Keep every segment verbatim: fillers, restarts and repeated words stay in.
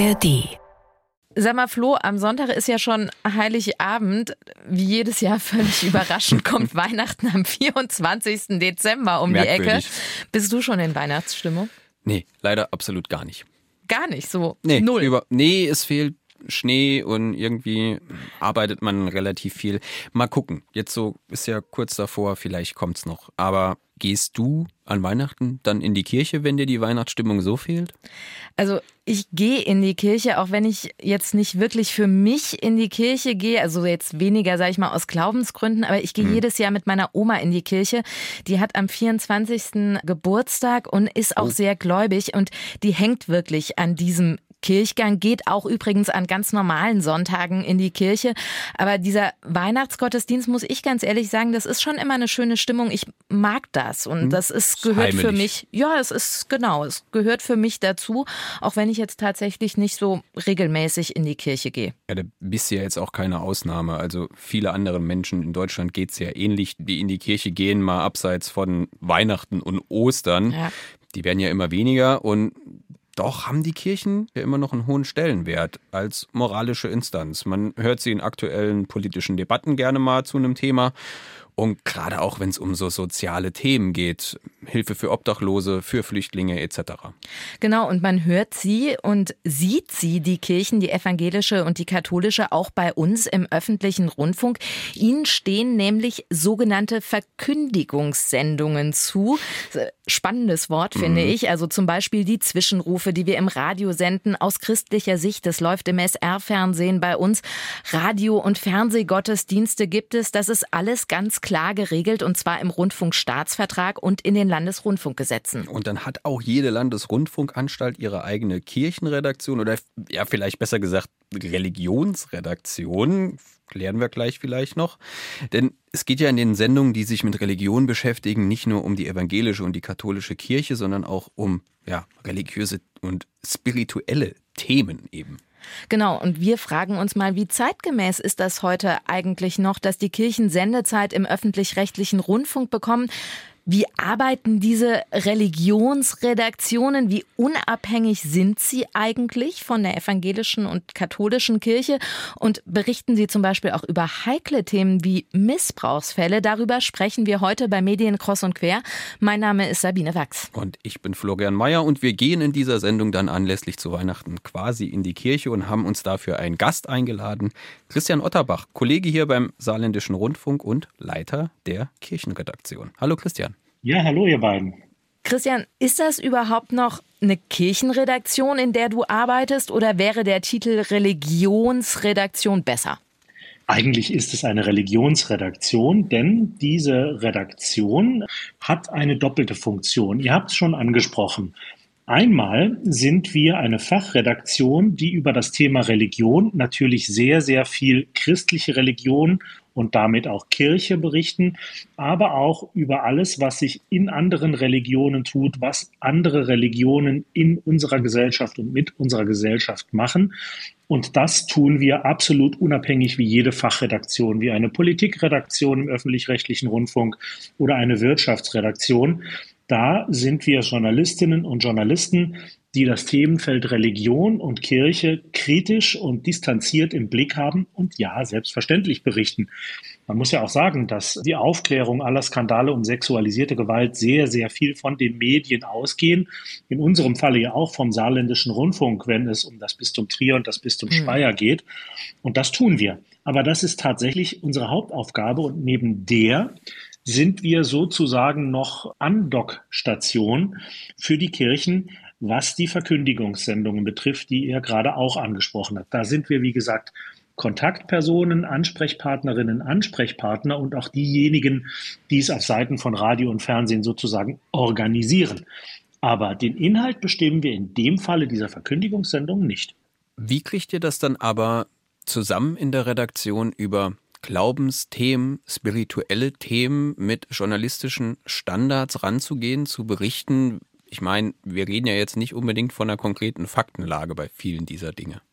R D. Sag mal, Flo, am Sonntag ist ja schon Heiligabend. Wie jedes Jahr völlig überraschend kommt Weihnachten am vierundzwanzigsten Dezember um Merkwürdig. die Ecke. Bist du schon in Weihnachtsstimmung? Nee, leider absolut gar nicht. Gar nicht, so Nee, null. Über, nee, es fehlt Schnee und irgendwie arbeitet man relativ viel. Mal gucken. Jetzt so ist ja kurz davor, vielleicht kommt's noch. Aber gehst du an Weihnachten dann in die Kirche, wenn dir die Weihnachtsstimmung so fehlt? Also ich gehe in die Kirche, auch wenn ich jetzt nicht wirklich für mich in die Kirche gehe, also jetzt weniger, sage ich mal, aus Glaubensgründen, aber ich gehe Mhm. jedes Jahr mit meiner Oma in die Kirche. Die hat am vierundzwanzigsten Geburtstag und ist auch Oh. sehr gläubig und die hängt wirklich an diesem Kirchgang, geht auch übrigens an ganz normalen Sonntagen in die Kirche. Aber dieser Weihnachtsgottesdienst, muss ich ganz ehrlich sagen, das ist schon immer eine schöne Stimmung. Ich mag das und das ist, gehört für heimelig. mich, ja, es ist genau, es gehört für mich dazu, auch wenn ich jetzt tatsächlich nicht so regelmäßig in die Kirche gehe. Ja, da bist du ja jetzt auch keine Ausnahme. Also viele andere Menschen in Deutschland geht's ja ähnlich, die in die Kirche gehen, mal abseits von Weihnachten und Ostern. Ja. Die werden ja immer weniger und doch haben die Kirchen ja immer noch einen hohen Stellenwert als moralische Instanz. Man hört sie in aktuellen politischen Debatten gerne mal zu einem Thema. Und gerade auch, wenn es um so soziale Themen geht, Hilfe für Obdachlose, für Flüchtlinge et cetera. Genau, und man hört sie und sieht sie, die Kirchen, die evangelische und die katholische, auch bei uns im öffentlichen Rundfunk. Ihnen stehen nämlich sogenannte Verkündigungssendungen zu. Spannendes Wort, finde Mhm. ich. Also zum Beispiel die Zwischenrufe, die wir im Radio senden, aus christlicher Sicht. Das läuft im S R-Fernsehen bei uns. Radio- und Fernsehgottesdienste gibt es. Das ist alles ganz klar geregelt und zwar im Rundfunkstaatsvertrag und in den Landesrundfunkgesetzen. Und dann hat auch jede Landesrundfunkanstalt ihre eigene Kirchenredaktion oder ja, vielleicht besser gesagt Religionsredaktion. Klären wir gleich vielleicht noch. Denn es geht ja in den Sendungen, die sich mit Religion beschäftigen, nicht nur um die evangelische und die katholische Kirche, sondern auch um ja, religiöse und spirituelle Themen eben. Genau, und wir fragen uns mal, wie zeitgemäß ist das heute eigentlich noch, dass die Kirchen Sendezeit im öffentlich-rechtlichen Rundfunk bekommen? Wie arbeiten diese Religionsredaktionen? Wie unabhängig sind sie eigentlich von der evangelischen und katholischen Kirche? Und berichten sie zum Beispiel auch über heikle Themen wie Missbrauchsfälle? Darüber sprechen wir heute bei Medien Kreuz und Quer. Mein Name ist Sabine Wachs. Und ich bin Florian Mayer und wir gehen in dieser Sendung dann anlässlich zu Weihnachten quasi in die Kirche und haben uns dafür einen Gast eingeladen. Christian Otterbach, Kollege hier beim Saarländischen Rundfunk und Leiter der Kirchenredaktion. Hallo Christian. Ja, hallo ihr beiden. Christian, ist das überhaupt noch eine Kirchenredaktion, in der du arbeitest, oder wäre der Titel Religionsredaktion besser? Eigentlich ist es eine Religionsredaktion, denn diese Redaktion hat eine doppelte Funktion. Ihr habt es schon angesprochen. Einmal sind wir eine Fachredaktion, die über das Thema Religion natürlich sehr, sehr viel christliche Religion und damit auch Kirche berichten, aber auch über alles, was sich in anderen Religionen tut, was andere Religionen in unserer Gesellschaft und mit unserer Gesellschaft machen. Und das tun wir absolut unabhängig wie jede Fachredaktion, wie eine Politikredaktion im öffentlich-rechtlichen Rundfunk oder eine Wirtschaftsredaktion. Da sind wir Journalistinnen und Journalisten, die das Themenfeld Religion und Kirche kritisch und distanziert im Blick haben und ja, selbstverständlich berichten. Man muss ja auch sagen, dass die Aufklärung aller Skandale um sexualisierte Gewalt sehr, sehr viel von den Medien ausgehen. In unserem Falle ja auch vom Saarländischen Rundfunk, wenn es um das Bistum Trier und das Bistum Speyer geht. Und das tun wir. Aber das ist tatsächlich unsere Hauptaufgabe und neben der sind wir sozusagen noch Andockstation für die Kirchen, was die Verkündigungssendungen betrifft, die ihr gerade auch angesprochen habt. Da sind wir, wie gesagt, Kontaktpersonen, Ansprechpartnerinnen, Ansprechpartner und auch diejenigen, die es auf Seiten von Radio und Fernsehen sozusagen organisieren. Aber den Inhalt bestimmen wir in dem Falle dieser Verkündigungssendung nicht. Wie kriegt ihr das dann aber zusammen in der Redaktion über Glaubensthemen, spirituelle Themen mit journalistischen Standards ranzugehen, zu berichten? Ich meine, wir reden ja jetzt nicht unbedingt von einer konkreten Faktenlage bei vielen dieser Dinge.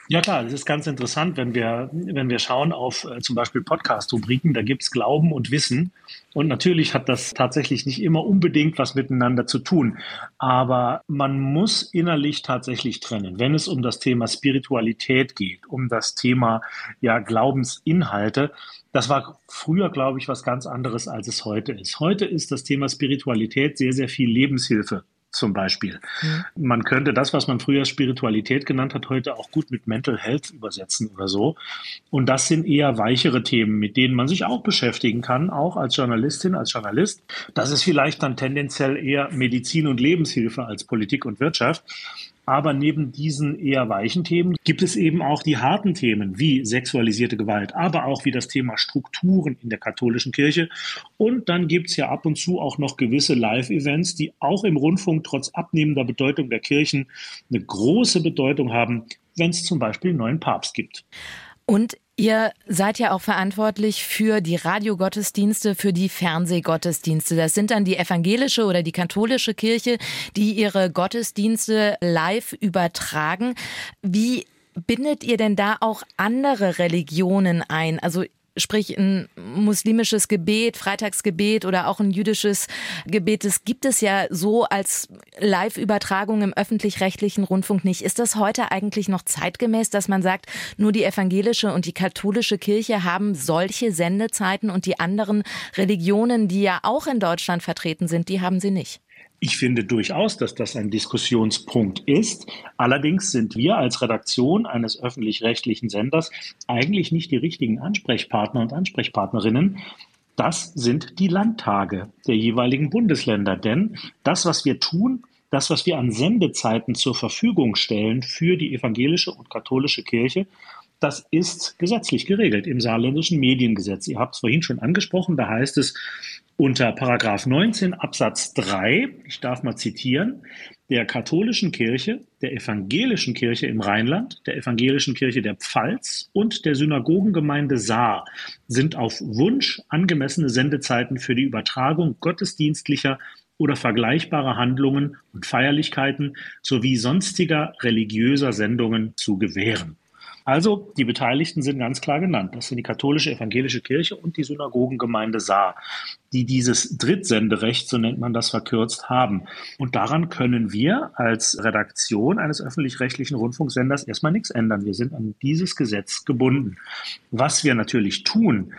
Ja klar, das ist ganz interessant, wenn wir, wenn wir schauen auf äh, zum Beispiel Podcast-Rubriken, da gibt's Glauben und Wissen. Und natürlich hat das tatsächlich nicht immer unbedingt was miteinander zu tun. Aber man muss innerlich tatsächlich trennen, wenn es um das Thema Spiritualität geht, um das Thema ja, Glaubensinhalte. Das war früher, glaube ich, was ganz anderes, als es heute ist. Heute ist das Thema Spiritualität sehr, sehr viel Lebenshilfe. Zum Beispiel. Mhm. Man könnte das, was man früher Spiritualität genannt hat, heute auch gut mit Mental Health übersetzen oder so. Und das sind eher weichere Themen, mit denen man sich auch beschäftigen kann, auch als Journalistin, als Journalist. Das ist vielleicht dann tendenziell eher Medizin und Lebenshilfe als Politik und Wirtschaft. Aber neben diesen eher weichen Themen gibt es eben auch die harten Themen wie sexualisierte Gewalt, aber auch wie das Thema Strukturen in der katholischen Kirche. Und dann gibt es ja ab und zu auch noch gewisse Live-Events, die auch im Rundfunk trotz abnehmender Bedeutung der Kirchen eine große Bedeutung haben, wenn es zum Beispiel einen neuen Papst gibt. Und ihr seid ja auch verantwortlich für die Radiogottesdienste, für die Fernsehgottesdienste. Das sind dann die evangelische oder die katholische Kirche, die ihre Gottesdienste live übertragen. Wie bindet ihr denn da auch andere Religionen ein? Also sprich ein muslimisches Gebet, Freitagsgebet oder auch ein jüdisches Gebet. Das gibt es ja so als Live-Übertragung im öffentlich-rechtlichen Rundfunk nicht. Ist das heute eigentlich noch zeitgemäß, dass man sagt, nur die evangelische und die katholische Kirche haben solche Sendezeiten und die anderen Religionen, die ja auch in Deutschland vertreten sind, die haben sie nicht? Ich finde durchaus, dass das ein Diskussionspunkt ist. Allerdings sind wir als Redaktion eines öffentlich-rechtlichen Senders eigentlich nicht die richtigen Ansprechpartner und Ansprechpartnerinnen. Das sind die Landtage der jeweiligen Bundesländer. Denn das, was wir tun, das, was wir an Sendezeiten zur Verfügung stellen für die evangelische und katholische Kirche, das ist gesetzlich geregelt im saarländischen Mediengesetz. Ihr habt es vorhin schon angesprochen, da heißt es unter Paragraph neunzehn Absatz drei, ich darf mal zitieren, der katholischen Kirche, der evangelischen Kirche im Rheinland, der evangelischen Kirche der Pfalz und der Synagogengemeinde Saar sind auf Wunsch angemessene Sendezeiten für die Übertragung gottesdienstlicher oder vergleichbarer Handlungen und Feierlichkeiten sowie sonstiger religiöser Sendungen zu gewähren. Also die Beteiligten sind ganz klar genannt. Das sind die katholische evangelische Kirche und die Synagogengemeinde Saar, die dieses Drittsenderecht, so nennt man das verkürzt, haben. Und daran können wir als Redaktion eines öffentlich-rechtlichen Rundfunksenders erstmal nichts ändern. Wir sind an dieses Gesetz gebunden. Was wir natürlich tun,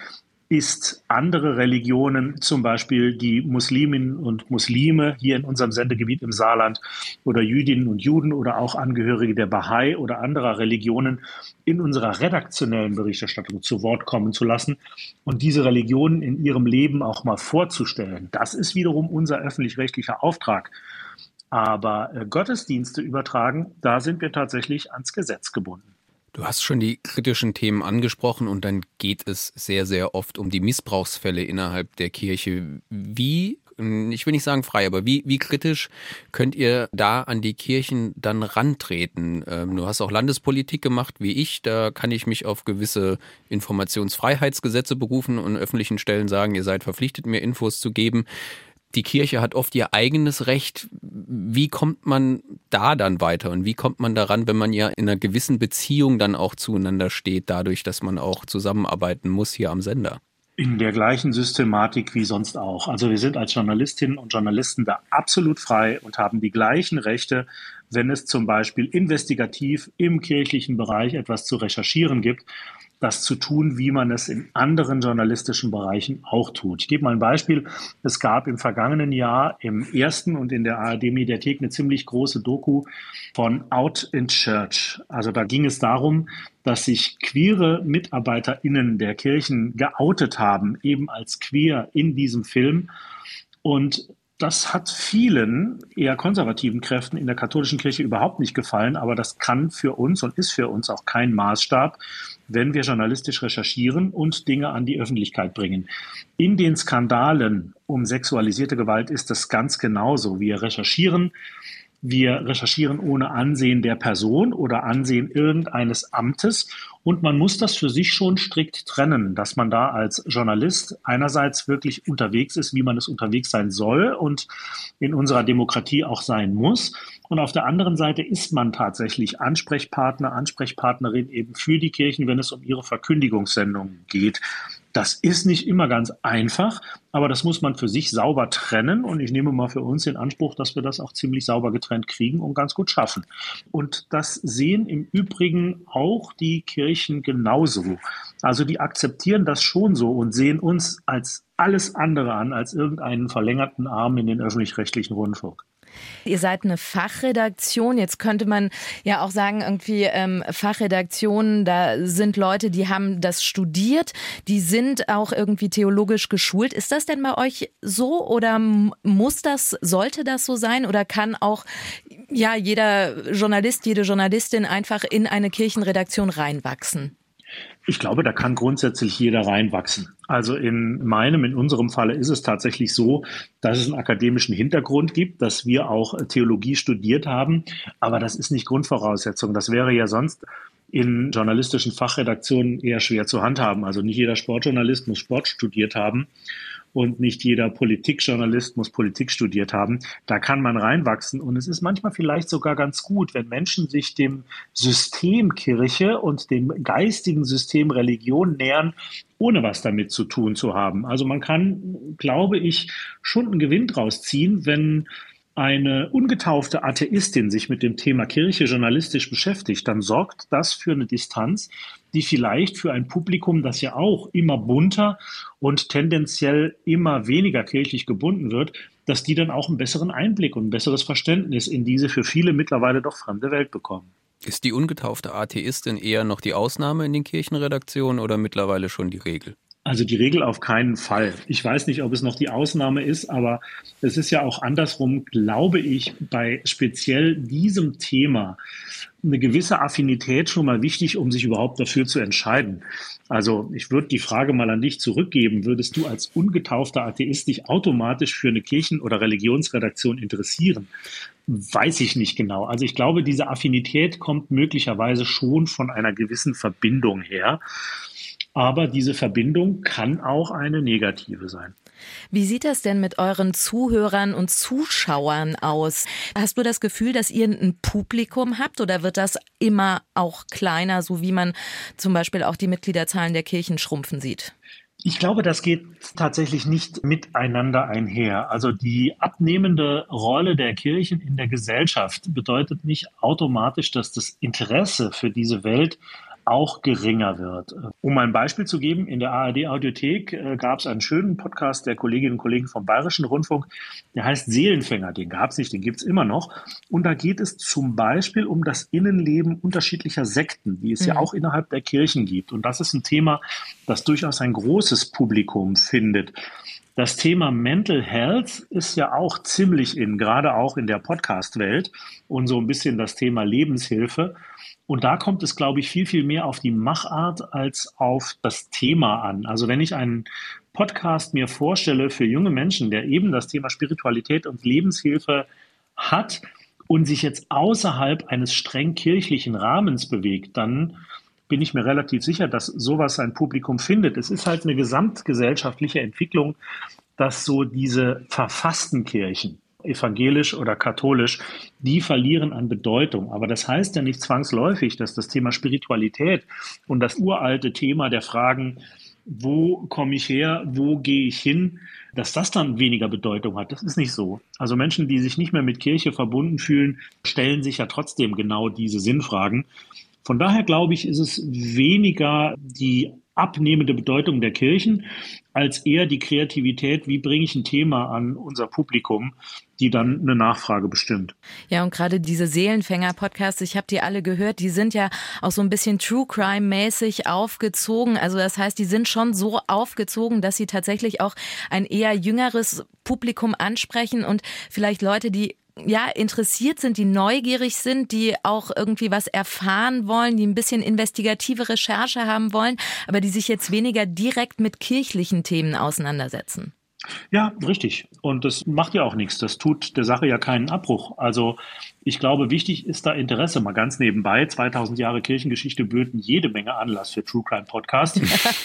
ist andere Religionen, zum Beispiel die Musliminnen und Muslime hier in unserem Sendegebiet im Saarland oder Jüdinnen und Juden oder auch Angehörige der Bahai oder anderer Religionen in unserer redaktionellen Berichterstattung zu Wort kommen zu lassen und diese Religionen in ihrem Leben auch mal vorzustellen. Das ist wiederum unser öffentlich-rechtlicher Auftrag. Aber äh, Gottesdienste übertragen, da sind wir tatsächlich ans Gesetz gebunden. Du hast schon die kritischen Themen angesprochen und dann geht es sehr, sehr oft um die Missbrauchsfälle innerhalb der Kirche. Wie, ich will nicht sagen frei, aber wie, wie kritisch könnt ihr da an die Kirchen dann rantreten? Du hast auch Landespolitik gemacht wie ich, da kann ich mich auf gewisse Informationsfreiheitsgesetze berufen und öffentlichen Stellen sagen, ihr seid verpflichtet, mir Infos zu geben. Die Kirche hat oft ihr eigenes Recht. Wie kommt man da dann weiter und wie kommt man daran, wenn man ja in einer gewissen Beziehung dann auch zueinander steht, dadurch, dass man auch zusammenarbeiten muss hier am Sender? In der gleichen Systematik wie sonst auch. Also wir sind als Journalistinnen und Journalisten da absolut frei und haben die gleichen Rechte, wenn es zum Beispiel investigativ im kirchlichen Bereich etwas zu recherchieren gibt, das zu tun, wie man es in anderen journalistischen Bereichen auch tut. Ich gebe mal ein Beispiel. Es gab im vergangenen Jahr im ersten und in der A R D-Mediathek eine ziemlich große Doku von Out in Church. Also da ging es darum, dass sich queere MitarbeiterInnen der Kirchen geoutet haben, eben als queer in diesem Film. Und das hat vielen eher konservativen Kräften in der katholischen Kirche überhaupt nicht gefallen, aber das kann für uns und ist für uns auch kein Maßstab, wenn wir journalistisch recherchieren und Dinge an die Öffentlichkeit bringen. In den Skandalen um sexualisierte Gewalt ist das ganz genauso. Wir recherchieren Wir recherchieren ohne Ansehen der Person oder Ansehen irgendeines Amtes. Und man muss das für sich schon strikt trennen, dass man da als Journalist einerseits wirklich unterwegs ist, wie man es unterwegs sein soll und in unserer Demokratie auch sein muss. Und auf der anderen Seite ist man tatsächlich Ansprechpartner, Ansprechpartnerin eben für die Kirchen, wenn es um ihre Verkündigungssendungen geht. Das ist nicht immer ganz einfach, aber das muss man für sich sauber trennen. Und ich nehme mal für uns in Anspruch, dass wir das auch ziemlich sauber getrennt kriegen und ganz gut schaffen. Und das sehen im Übrigen auch die Kirchen genauso. Also die akzeptieren das schon so und sehen uns als alles andere an, als irgendeinen verlängerten Arm in den öffentlich-rechtlichen Rundfunk. Ihr seid eine Fachredaktion. Jetzt könnte man ja auch sagen, irgendwie ähm, Fachredaktionen, da sind Leute, die haben das studiert, die sind auch irgendwie theologisch geschult. Ist das denn bei euch so oder muss das, sollte das so sein oder kann auch ja jeder Journalist, jede Journalistin einfach in eine Kirchenredaktion reinwachsen? Ich glaube, da kann grundsätzlich jeder reinwachsen. Also in meinem, in unserem Falle ist es tatsächlich so, dass es einen akademischen Hintergrund gibt, dass wir auch Theologie studiert haben. Aber das ist nicht Grundvoraussetzung. Das wäre ja sonst in journalistischen Fachredaktionen eher schwer zu handhaben. Also nicht jeder Sportjournalist muss Sport studiert haben. Und nicht jeder Politikjournalist muss Politik studiert haben. Da kann man reinwachsen. Und es ist manchmal vielleicht sogar ganz gut, wenn Menschen sich dem System Kirche und dem geistigen System Religion nähern, ohne was damit zu tun zu haben. Also man kann, glaube ich, schon einen Gewinn draus ziehen, wenn eine ungetaufte Atheistin sich mit dem Thema Kirche journalistisch beschäftigt, dann sorgt das für eine Distanz, die vielleicht für ein Publikum, das ja auch immer bunter und tendenziell immer weniger kirchlich gebunden wird, dass die dann auch einen besseren Einblick und ein besseres Verständnis in diese für viele mittlerweile doch fremde Welt bekommen. Ist die ungetaufte Atheistin eher noch die Ausnahme in den Kirchenredaktionen oder mittlerweile schon die Regel? Also die Regel auf keinen Fall. Ich weiß nicht, ob es noch die Ausnahme ist, aber es ist ja auch andersrum, glaube ich, bei speziell diesem Thema eine gewisse Affinität schon mal wichtig, um sich überhaupt dafür zu entscheiden. Also ich würde die Frage mal an dich zurückgeben. Würdest du als ungetaufter Atheist dich automatisch für eine Kirchen- oder Religionsredaktion interessieren? Weiß ich nicht genau. Also ich glaube, diese Affinität kommt möglicherweise schon von einer gewissen Verbindung her. Aber diese Verbindung kann auch eine negative sein. Wie sieht das denn mit euren Zuhörern und Zuschauern aus? Hast du das Gefühl, dass ihr ein Publikum habt oder wird das immer auch kleiner, so wie man zum Beispiel auch die Mitgliederzahlen der Kirchen schrumpfen sieht? Ich glaube, das geht tatsächlich nicht miteinander einher. Also die abnehmende Rolle der Kirchen in der Gesellschaft bedeutet nicht automatisch, dass das Interesse für diese Welt auch geringer wird. Um ein Beispiel zu geben, in der A R D-Audiothek äh, gab es einen schönen Podcast der Kolleginnen und Kollegen vom Bayerischen Rundfunk, der heißt Seelenfänger, den gab es nicht, den gibt es immer noch. Und da geht es zum Beispiel um das Innenleben unterschiedlicher Sekten, die es mhm. ja auch innerhalb der Kirchen gibt. Und das ist ein Thema, das durchaus ein großes Publikum findet. Das Thema Mental Health ist ja auch ziemlich in, gerade auch in der Podcast-Welt und so ein bisschen das Thema Lebenshilfe. Und da kommt es, glaube ich, viel, viel mehr auf die Machart als auf das Thema an. Also wenn ich einen Podcast mir vorstelle für junge Menschen, der eben das Thema Spiritualität und Lebenshilfe hat und sich jetzt außerhalb eines streng kirchlichen Rahmens bewegt, dann bin ich mir relativ sicher, dass sowas ein Publikum findet. Es ist halt eine gesamtgesellschaftliche Entwicklung, dass so diese verfassten Kirchen, evangelisch oder katholisch, die verlieren an Bedeutung. Aber das heißt ja nicht zwangsläufig, dass das Thema Spiritualität und das uralte Thema der Fragen, wo komme ich her, wo gehe ich hin, dass das dann weniger Bedeutung hat. Das ist nicht so. Also Menschen, die sich nicht mehr mit Kirche verbunden fühlen, stellen sich ja trotzdem genau diese Sinnfragen. Von daher glaube ich, ist es weniger die abnehmende Bedeutung der Kirchen, als eher die Kreativität, wie bringe ich ein Thema an unser Publikum, die dann eine Nachfrage bestimmt. Ja, und gerade diese Seelenfänger-Podcasts, ich habe die alle gehört, die sind ja auch so ein bisschen True-Crime-mäßig aufgezogen. Also das heißt, die sind schon so aufgezogen, dass sie tatsächlich auch ein eher jüngeres Publikum ansprechen und vielleicht Leute, die ja interessiert sind, die neugierig sind, die auch irgendwie was erfahren wollen, die ein bisschen investigative Recherche haben wollen, aber die sich jetzt weniger direkt mit kirchlichen Themen auseinandersetzen. Ja, richtig. Und das macht ja auch nichts. Das tut der Sache ja keinen Abbruch. Also ich glaube, wichtig ist da Interesse. Mal ganz nebenbei. zweitausend Jahre Kirchengeschichte böten jede Menge Anlass für True Crime Podcasts.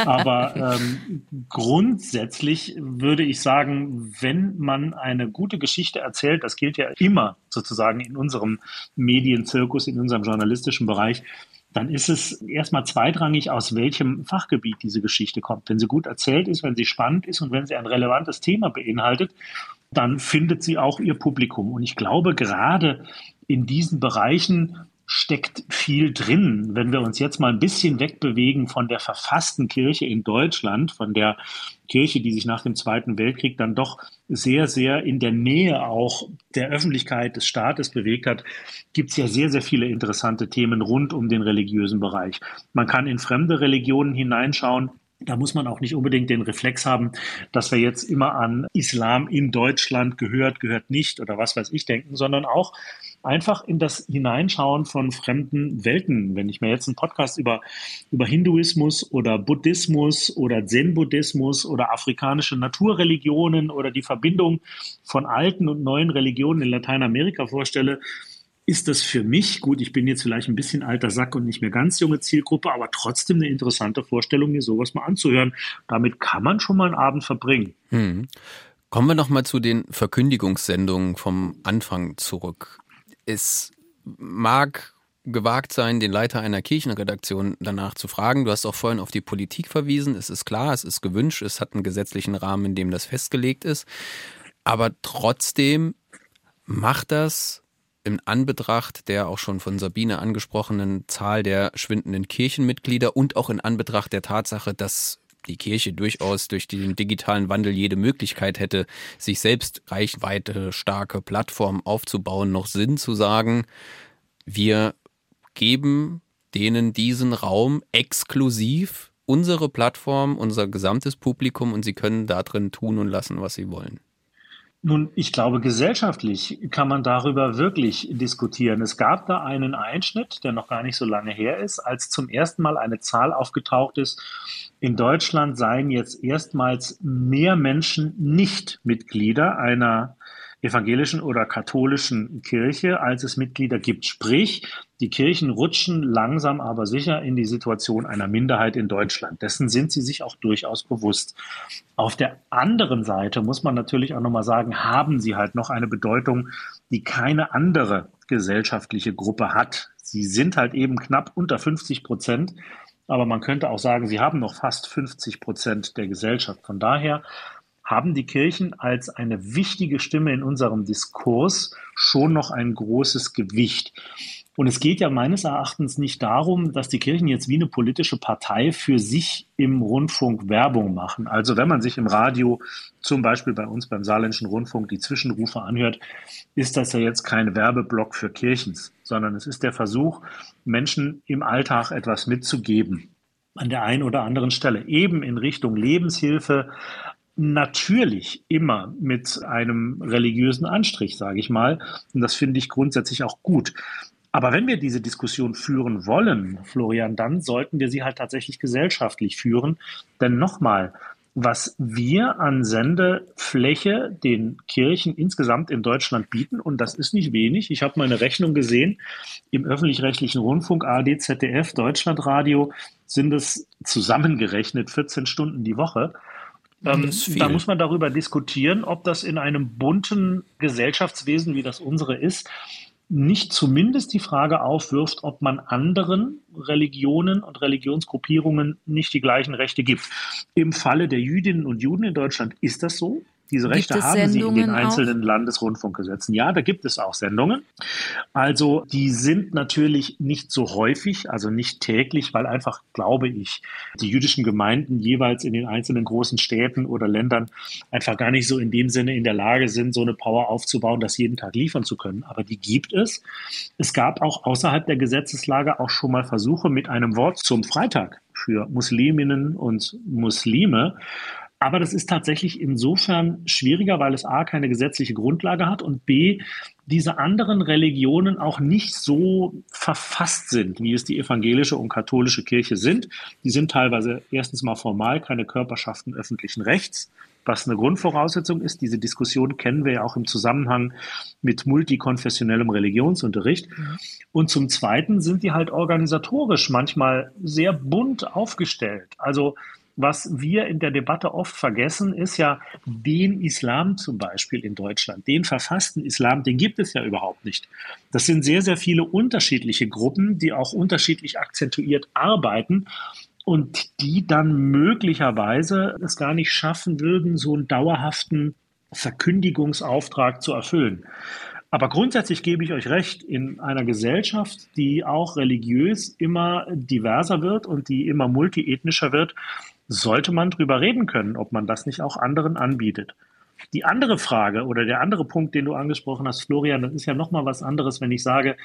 Aber ähm, grundsätzlich würde ich sagen, wenn man eine gute Geschichte erzählt, das gilt ja immer sozusagen in unserem Medienzirkus, in unserem journalistischen Bereich, dann ist es erstmal zweitrangig, aus welchem Fachgebiet diese Geschichte kommt. Wenn sie gut erzählt ist, wenn sie spannend ist und wenn sie ein relevantes Thema beinhaltet, dann findet sie auch ihr Publikum. Und ich glaube, gerade in diesen Bereichen steckt viel drin. Wenn wir uns jetzt mal ein bisschen wegbewegen von der verfassten Kirche in Deutschland, von der Kirche, die sich nach dem Zweiten Weltkrieg dann doch sehr, sehr in der Nähe auch der Öffentlichkeit des Staates bewegt hat, gibt es ja sehr, sehr viele interessante Themen rund um den religiösen Bereich. Man kann in fremde Religionen hineinschauen. Da muss man auch nicht unbedingt den Reflex haben, dass wir jetzt immer an Islam in Deutschland gehört, gehört nicht oder was weiß ich denken, sondern auch einfach in das Hineinschauen von fremden Welten. Wenn ich mir jetzt einen Podcast über, über Hinduismus oder Buddhismus oder Zen-Buddhismus oder afrikanische Naturreligionen oder die Verbindung von alten und neuen Religionen in Lateinamerika vorstelle, ist das für mich, gut, ich bin jetzt vielleicht ein bisschen alter Sack und nicht mehr ganz junge Zielgruppe, aber trotzdem eine interessante Vorstellung, mir sowas mal anzuhören. Damit kann man schon mal einen Abend verbringen. Hm. Kommen wir noch mal zu den Verkündigungssendungen vom Anfang zurück. Es mag gewagt sein, den Leiter einer Kirchenredaktion danach zu fragen. Du hast auch vorhin auf die Politik verwiesen. Es ist klar, es ist gewünscht, es hat einen gesetzlichen Rahmen, in dem das festgelegt ist. Aber trotzdem macht das in Anbetracht der auch schon von Sabine angesprochenen Zahl der schwindenden Kirchenmitglieder und auch in Anbetracht der Tatsache, dass die Kirche durchaus durch den digitalen Wandel jede Möglichkeit hätte, sich selbst reichweite, starke Plattformen aufzubauen, noch Sinn zu sagen, wir geben denen diesen Raum exklusiv, unsere Plattform, unser gesamtes Publikum, und sie können da drin tun und lassen, was sie wollen. Nun, ich glaube, gesellschaftlich kann man darüber wirklich diskutieren. Es gab da einen Einschnitt, der noch gar nicht so lange her ist, als zum ersten Mal eine Zahl aufgetaucht ist. In Deutschland seien jetzt erstmals mehr Menschen nicht Mitglieder einer evangelischen oder katholischen Kirche, als es Mitglieder gibt. Sprich, die Kirchen rutschen langsam aber sicher in die Situation einer Minderheit in Deutschland. Dessen sind sie sich auch durchaus bewusst. Auf der anderen Seite muss man natürlich auch nochmal sagen, haben sie halt noch eine Bedeutung, die keine andere gesellschaftliche Gruppe hat. Sie sind halt eben knapp unter fünfzig Prozent, aber man könnte auch sagen, sie haben noch fast fünfzig Prozent der Gesellschaft. Von daher haben die Kirchen als eine wichtige Stimme in unserem Diskurs schon noch ein großes Gewicht. Und es geht ja meines Erachtens nicht darum, dass die Kirchen jetzt wie eine politische Partei für sich im Rundfunk Werbung machen. Also wenn man sich im Radio, zum Beispiel bei uns beim Saarländischen Rundfunk, die Zwischenrufe anhört, ist das ja jetzt kein Werbeblock für Kirchen, sondern es ist der Versuch, Menschen im Alltag etwas mitzugeben. An der einen oder anderen Stelle eben in Richtung Lebenshilfe, natürlich immer mit einem religiösen Anstrich, sage ich mal. Und das finde ich grundsätzlich auch gut. Aber wenn wir diese Diskussion führen wollen, Florian, dann sollten wir sie halt tatsächlich gesellschaftlich führen. Denn nochmal, was wir an Sendefläche den Kirchen insgesamt in Deutschland bieten, und das ist nicht wenig. Ich habe meine Rechnung gesehen, im öffentlich-rechtlichen Rundfunk, A R D, Z D F, Deutschlandradio, sind es zusammengerechnet vierzehn Stunden die Woche. Ähm, da muss man darüber diskutieren, ob das in einem bunten Gesellschaftswesen, wie das unsere ist, nicht zumindest die Frage aufwirft, ob man anderen Religionen und Religionsgruppierungen nicht die gleichen Rechte gibt. Im Falle der Jüdinnen und Juden in Deutschland ist das so. Diese Rechte haben sie in den einzelnen Landesrundfunkgesetzen. Ja, da gibt es auch Sendungen. Also die sind natürlich nicht so häufig, also nicht täglich, weil einfach, glaube ich, die jüdischen Gemeinden jeweils in den einzelnen großen Städten oder Ländern einfach gar nicht so in dem Sinne in der Lage sind, so eine Power aufzubauen, das jeden Tag liefern zu können. Aber die gibt es. Es gab auch außerhalb der Gesetzeslage auch schon mal Versuche mit einem Wort zum Freitag für Musliminnen und Muslime. Aber das ist tatsächlich insofern schwieriger, weil es A, keine gesetzliche Grundlage hat und B, diese anderen Religionen auch nicht so verfasst sind, wie es die evangelische und katholische Kirche sind. Die sind teilweise erstens mal formal keine Körperschaften öffentlichen Rechts. was eine Grundvoraussetzung ist. Diese Diskussion kennen wir ja auch im Zusammenhang mit multikonfessionellem Religionsunterricht. Mhm. Und zum Zweiten sind die halt organisatorisch manchmal sehr bunt aufgestellt. Also was wir in der Debatte oft vergessen, ist ja den Islam zum Beispiel in Deutschland. Den verfassten Islam, den gibt es ja überhaupt nicht. Das sind sehr, sehr viele unterschiedliche Gruppen, die auch unterschiedlich akzentuiert arbeiten und die dann möglicherweise es gar nicht schaffen würden, so einen dauerhaften Verkündigungsauftrag zu erfüllen. Aber grundsätzlich gebe ich euch recht, in einer Gesellschaft, die auch religiös immer diverser wird und die immer multiethnischer wird, sollte man drüber reden können, ob man das nicht auch anderen anbietet. Die andere Frage oder der andere Punkt, den du angesprochen hast, Florian, das ist ja nochmal was anderes, wenn ich sage,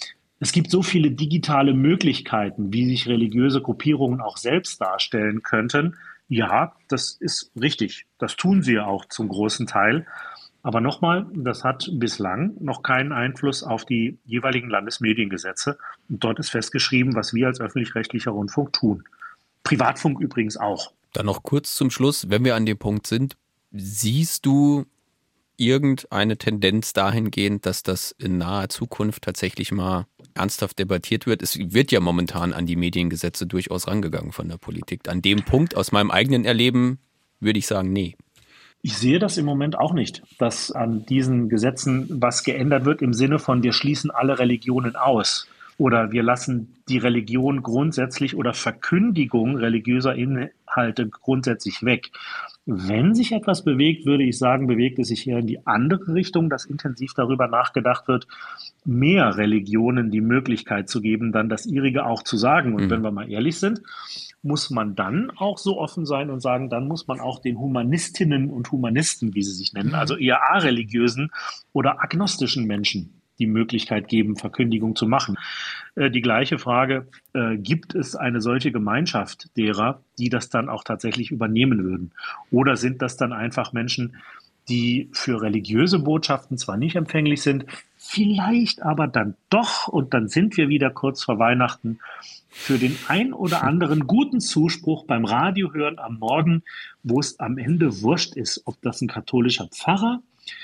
es gibt so viele digitale Möglichkeiten, wie sich religiöse Gruppierungen auch selbst darstellen könnten. Ja, das ist richtig. Das tun sie ja auch zum großen Teil. Aber nochmal, das hat bislang noch keinen Einfluss auf die jeweiligen Landesmediengesetze. Und dort ist festgeschrieben, was wir als öffentlich-rechtlicher Rundfunk tun. Privatfunk übrigens auch. Dann noch kurz zum Schluss, wenn wir an dem Punkt sind, siehst du irgendeine Tendenz dahingehend, dass das in naher Zukunft tatsächlich mal ernsthaft debattiert wird? Es wird ja momentan an die Mediengesetze durchaus rangegangen von der Politik. An dem Punkt aus meinem eigenen Erleben würde ich sagen, nee. Ich sehe das im Moment auch nicht, dass an diesen Gesetzen was geändert wird im Sinne von, wir schließen alle Religionen aus. Oder wir lassen die Religion grundsätzlich oder Verkündigung religiöser Inhalte grundsätzlich weg. Wenn sich etwas bewegt, würde ich sagen, bewegt es sich eher in die andere Richtung, dass intensiv darüber nachgedacht wird, mehr Religionen die Möglichkeit zu geben, dann das ihrige auch zu sagen. Und mhm. wenn wir mal ehrlich sind, muss man dann auch so offen sein und sagen, dann muss man auch den Humanistinnen und Humanisten, wie sie sich nennen, also eher areligiösen oder agnostischen Menschen die Möglichkeit geben, Verkündigung zu machen. Äh, die gleiche Frage, äh, gibt es eine solche Gemeinschaft derer, die das dann auch tatsächlich übernehmen würden? Oder sind das dann einfach Menschen, die für religiöse Botschaften zwar nicht empfänglich sind, vielleicht aber dann doch, und dann sind wir wieder kurz vor Weihnachten, für den ein oder anderen guten Zuspruch beim Radio hören am Morgen, wo es am Ende wurscht ist, ob das ein katholischer Pfarrer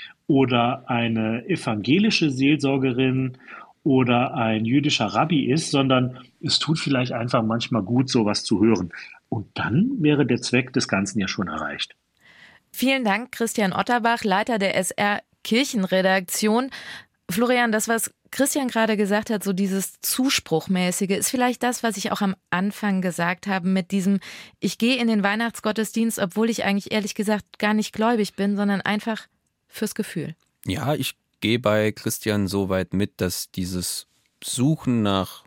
oder eine evangelische Seelsorgerin oder ein jüdischer Rabbi ist, sondern es tut vielleicht einfach manchmal gut, sowas zu hören. Und dann wäre der Zweck des Ganzen ja schon erreicht. Vielen Dank, Christian Otterbach, Leiter der S R Kirchenredaktion. Florian, das, was Christian gerade gesagt hat, so dieses Zuspruchmäßige, ist vielleicht das, was ich auch am Anfang gesagt habe mit diesem, ich gehe in den Weihnachtsgottesdienst, obwohl ich eigentlich ehrlich gesagt gar nicht gläubig bin, sondern einfach fürs Gefühl. Ja, ich gehe bei Christian so weit mit, dass dieses Suchen nach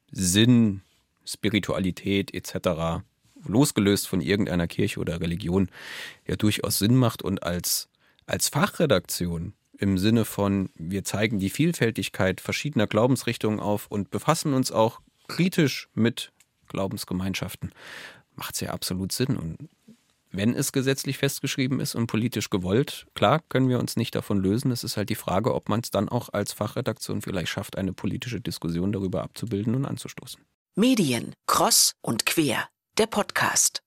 Sinn, Spiritualität et cetera, losgelöst von irgendeiner Kirche oder Religion, ja durchaus Sinn macht und als, als Fachredaktion im Sinne von, wir zeigen die Vielfältigkeit verschiedener Glaubensrichtungen auf und befassen uns auch kritisch mit Glaubensgemeinschaften, macht es ja absolut Sinn. Und wenn es gesetzlich festgeschrieben ist und politisch gewollt, klar, können wir uns nicht davon lösen. Es ist halt die Frage, ob man es dann auch als Fachredaktion vielleicht schafft, eine politische Diskussion darüber abzubilden und anzustoßen. Medien, Cross und Quer, der Podcast.